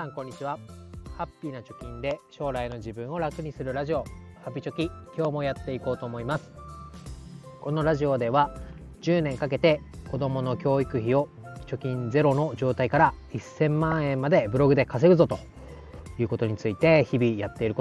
んこんにちは。ハッピーな貯金で将来の自分を楽にするラジオ、ハピチョキ、今日もやっていこうと思います。このラジオでは10年かけて子どもの教育費を貯金ゼロの状態から1000万円までブログで稼ぐぞということについて日々やっていること、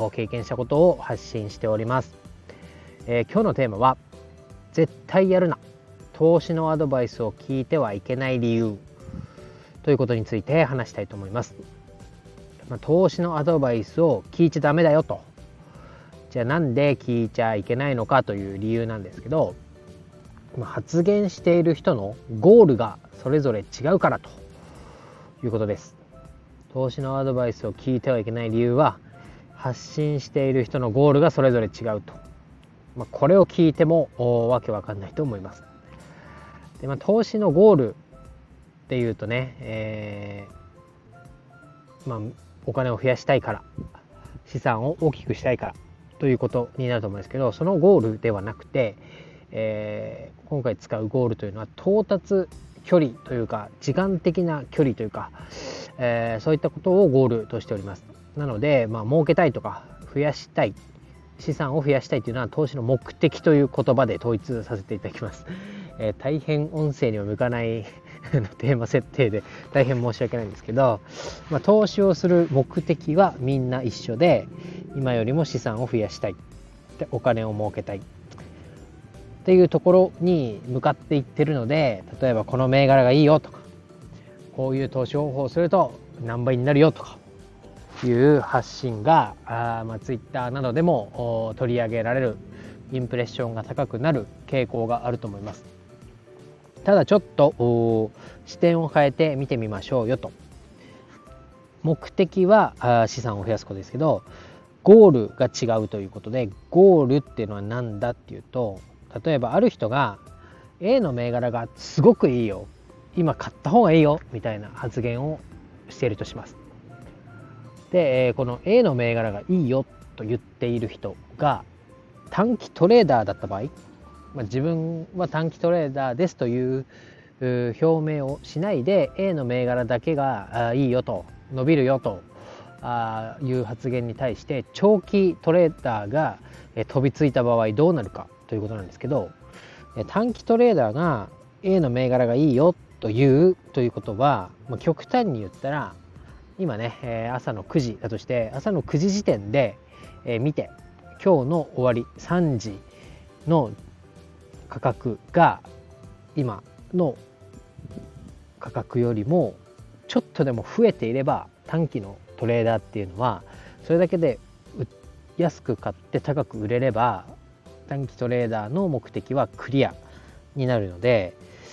経験したことを発信しております。今日のテーマは絶対やるな、投資のアドバイスを聞いてはいけない理由ということについて話したいと思います。投資のアドバイスを聞いちゃダメだよと、じゃあなんで聞いちゃいけないのかという理由なんですけど、発言している人のゴールがそれぞれ違うからということです。投資のアドバイスを聞いてはいけない理由は、発信している人のゴールがそれぞれ違うと、これを聞いてもわけわかんないと思います。で、投資のゴールっていうとね、お金を増やしたいから、資産を大きくしたいからということになると思うんですけど、そのゴールではなくて、今回使うゴールというのは到達距離というか時間的な距離というか、そういったことをゴールとしております。なので、儲けたいとか増やしたい、資産を増やしたいというのは投資の目的という言葉で統一させていただきます。大変音声には向かないテーマ設定で大変申し訳ないんですけど、投資をする目的はみんな一緒で、今よりも資産を増やしたい、でお金を儲けたいっていうところに向かっていってるので、例えばこの銘柄がいいよとか、こういう投資方法をすると何倍になるよとかいう発信がツイッターなどでも取り上げられる、インプレッションが高くなる傾向があると思います。ただちょっと視点を変えて見てみましょうよと。目的は資産を増やすことですけど、ゴールが違うということで、ゴールっていうのは何だっていうと、例えばある人が A の銘柄がすごくいいよ、今買った方がいいよみたいな発言をしているとします。で、この A の銘柄がいいよと言っている人が短期トレーダーだった場合、自分は短期トレーダーですという表明をしないで A の銘柄だけがいいよと、伸びるよという発言に対して長期トレーダーが飛びついた場合どうなるかということなんですけど、短期トレーダーが A の銘柄がいいよということは、極端に言ったら今ね、朝の9時だとして、朝の9時時点で見て、今日の終わり3時の価格が今の価格よりもちょっとでも増えていれば、短期のトレーダーっていうのはそれだけで安く買って高く売れれば、短期トレーダーの目的はクリアになるので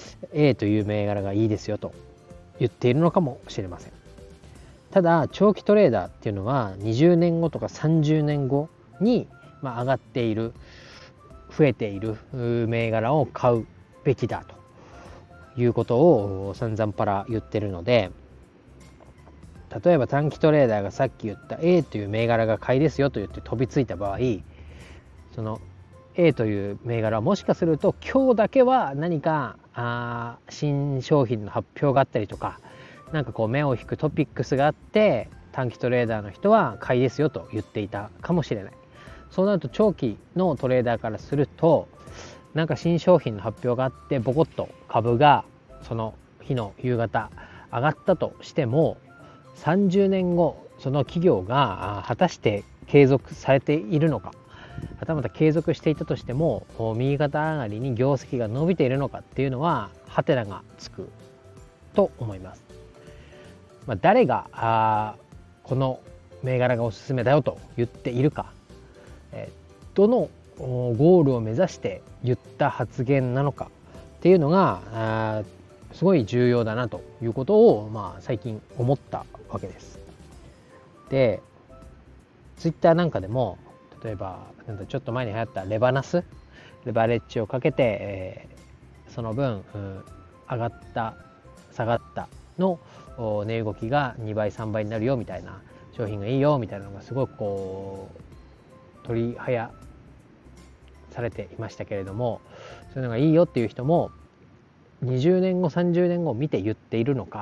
A という銘柄がいいですよと言っているのかもしれません。ただ長期トレーダーっていうのは20年後とか30年後に上がっている、増えている銘柄を買うべきだということを散々パラ言ってるので、例えば短期トレーダーがさっき言った A という銘柄が買いですよと言って飛びついた場合、その A という銘柄はもしかすると今日だけは何か新商品の発表があったりとか、なんかこう目を引くトピックスがあって短期トレーダーの人は買いですよと言っていたかもしれない。そうなると長期のトレーダーからすると、なんか新商品の発表があってボコッと株がその日の夕方上がったとしても、30年後その企業が果たして継続されているのか、はたまた継続していたとしても右肩上がりに業績が伸びているのかっていうのはハテナがつくと思います。誰がこの銘柄がおすすめだよと言っているか、どのゴールを目指して言った発言なのかっていうのがすごい重要だなということを最近思ったわけです。で、ツイッターなんかでも例えばちょっと前に流行ったレバレッジをかけて、その分上がった下がったの値動きが2倍3倍になるよみたいな商品がいいよみたいなのがすごくこう取り早されていましたけれども、そういうのがいいよっていう人も20年後30年後見て言っているのか、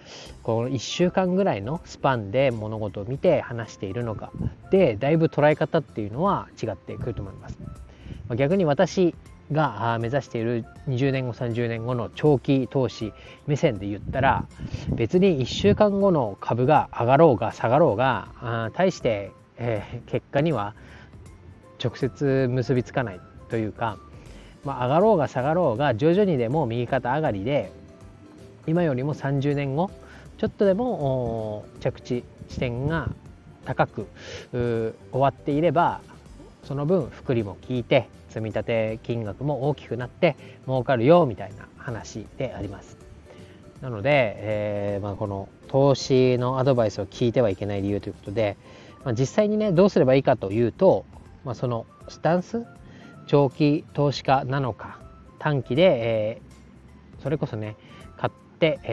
この1週間ぐらいのスパンで物事を見て話しているのかでだいぶ捉え方っていうのは違ってくると思います。逆に私が目指している20年後30年後の長期投資目線で言ったら、別に1週間後の株が上がろうが下がろうが大して、結果には直接結びつかないというか、上がろうが下がろうが徐々にでも右肩上がりで、今よりも30年後ちょっとでも着地地点が高く終わっていれば、その分複利も効いて積み立て金額も大きくなって儲かるよみたいな話であります。なので、この投資のアドバイスを聞いてはいけない理由ということで、実際にねどうすればいいかというと、そのスタンス、長期投資家なのか短期で、それこそね買って、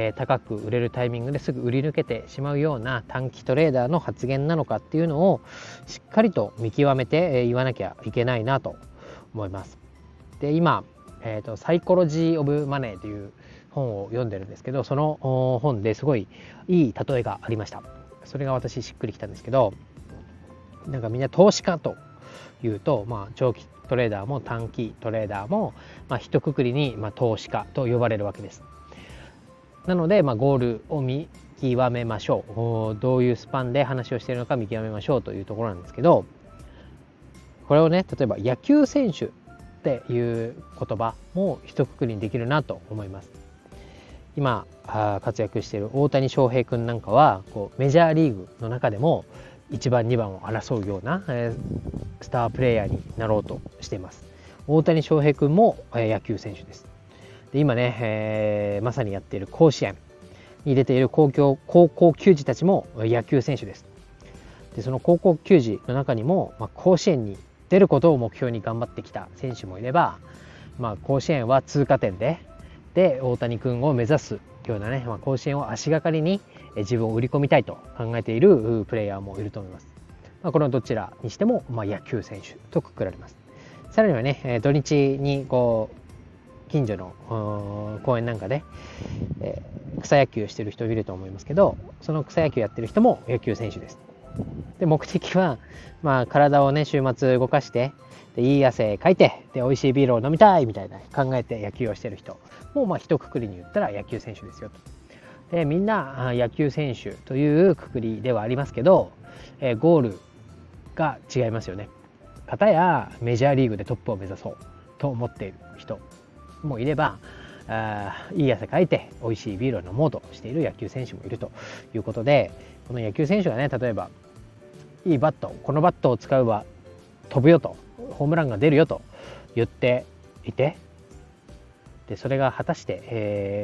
高く売れるタイミングですぐ売り抜けてしまうような短期トレーダーの発言なのかっていうのをしっかりと見極めて、言わなきゃいけないなと思います。で今、サイコロジー・オブ・マネーという本を読んでるんですけど、その本ですごいいい例えがありました。それが私しっくりきたんですけど、なんかみんな投資家というと、長期トレーダーも短期トレーダーも、一括りに、投資家と呼ばれるわけです。なので、ゴールを見極めましょう。どういうスパンで話をしているのか見極めましょうというところなんですけど、これをね例えば野球選手っていう言葉も一括りにできるなと思います。今活躍している大谷翔平君なんかはメジャーリーグの中でも1番2番を争うような、スタープレイヤーになろうとしています。大谷翔平君も、野球選手です。で今ね、まさにやっている甲子園に出ている高校球児たちも野球選手です。でその高校球児の中にも、甲子園に出ることを目標に頑張ってきた選手もいれば、甲子園は通過点で大谷君を目指すようなね、甲子園を足がかりに自分を売り込みたいと考えているプレイヤーもいると思います。このどちらにしても、野球選手とくくられます。さらにはね土日に近所の公園なんかで、草野球してる人いると思いますけど、その草野球やってる人も野球選手です。で目的は、体をね週末動かしてでいい汗かいてで美味しいビールを飲みたいみたいな考えて野球をしてる人も一括りに言ったら野球選手ですよと。でみんな野球選手というくくりではありますけど、ゴールが違いますよね。片やメジャーリーグでトップを目指そうと思っている人もいれば、いい汗かいて美味しいビールを飲もうとしている野球選手もいるということで、この野球選手がね例えばいいバット、このバットを使えば飛ぶよと、ホームランが出るよと言っていて、でそれが果たして、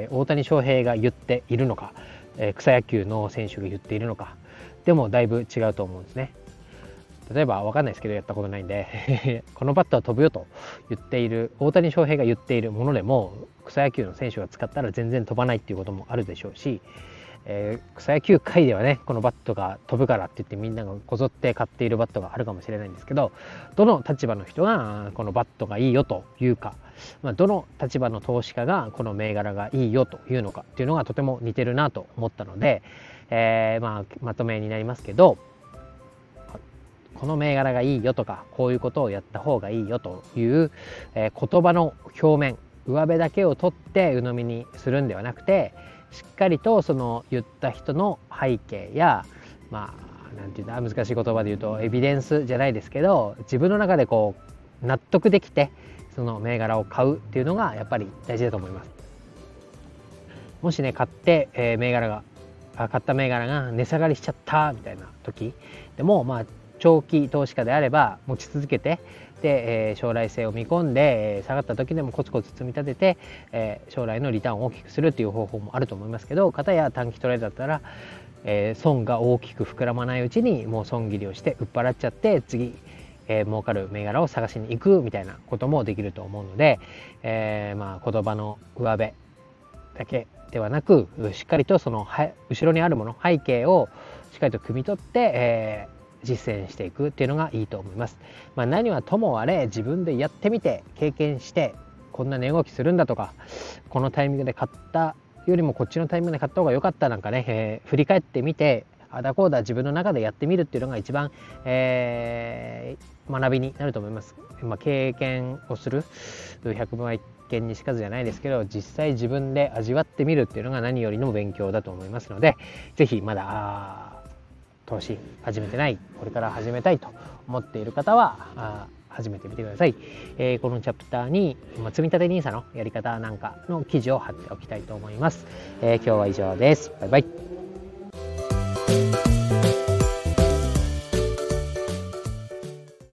大谷翔平が言っているのか、草野球の選手が言っているのかでもだいぶ違うと思うんですね。例えば分かんないですけどやったことないんでこのバットは飛ぶよと言っている大谷翔平が言っているものでも草野球の選手が使ったら全然飛ばないっていうこともあるでしょうし、草野球界ではねこのバットが飛ぶからって言ってみんながこぞって買っているバットがあるかもしれないんですけど、どの立場の人がこのバットがいいよというか、どの立場の投資家がこの銘柄がいいよというのかっていうのがとても似てるなと思ったので、まとめになりますけど、この銘柄がいいよとかこういうことをやった方がいいよという、言葉の表面上辺だけを取って鵜呑みにするんではなくて、しっかりとその言った人の背景やなんていうんだ、難しい言葉で言うとエビデンスじゃないですけど、自分の中で納得できてその銘柄を買うっていうのがやっぱり大事だと思います。もしね買って、買った銘柄が値下がりしちゃったみたいな時でも、長期投資家であれば持ち続けてで、将来性を見込んで下がった時でもコツコツ積み立てて、将来のリターンを大きくするっていう方法もあると思いますけど、片や短期トレーダーだったら、損が大きく膨らまないうちにもう損切りをして売っ払っちゃって次、儲かる銘柄を探しに行くみたいなこともできると思うので、言葉の上辺だけではなくしっかりとその後ろにあるもの背景をしっかりと汲み取って、実践していくっていうのがいいと思います。何はともあれ自分でやってみて経験してこんな値動きするんだとか、このタイミングで買ったよりもこっちのタイミングで買った方が良かったなんかね、振り返ってみて、あだこうだ自分の中でやってみるっていうのが一番、学びになると思います。経験をする100分は一見にしかずじゃないですけど、実際自分で味わってみるっていうのが何よりの勉強だと思いますので、ぜひまだ投資始めてない、これから始めたいと思っている方は始めてみてください。このチャプターに、積み立て NISA のやり方なんかの記事を貼っておきたいと思います。今日は以上です。バイバイ。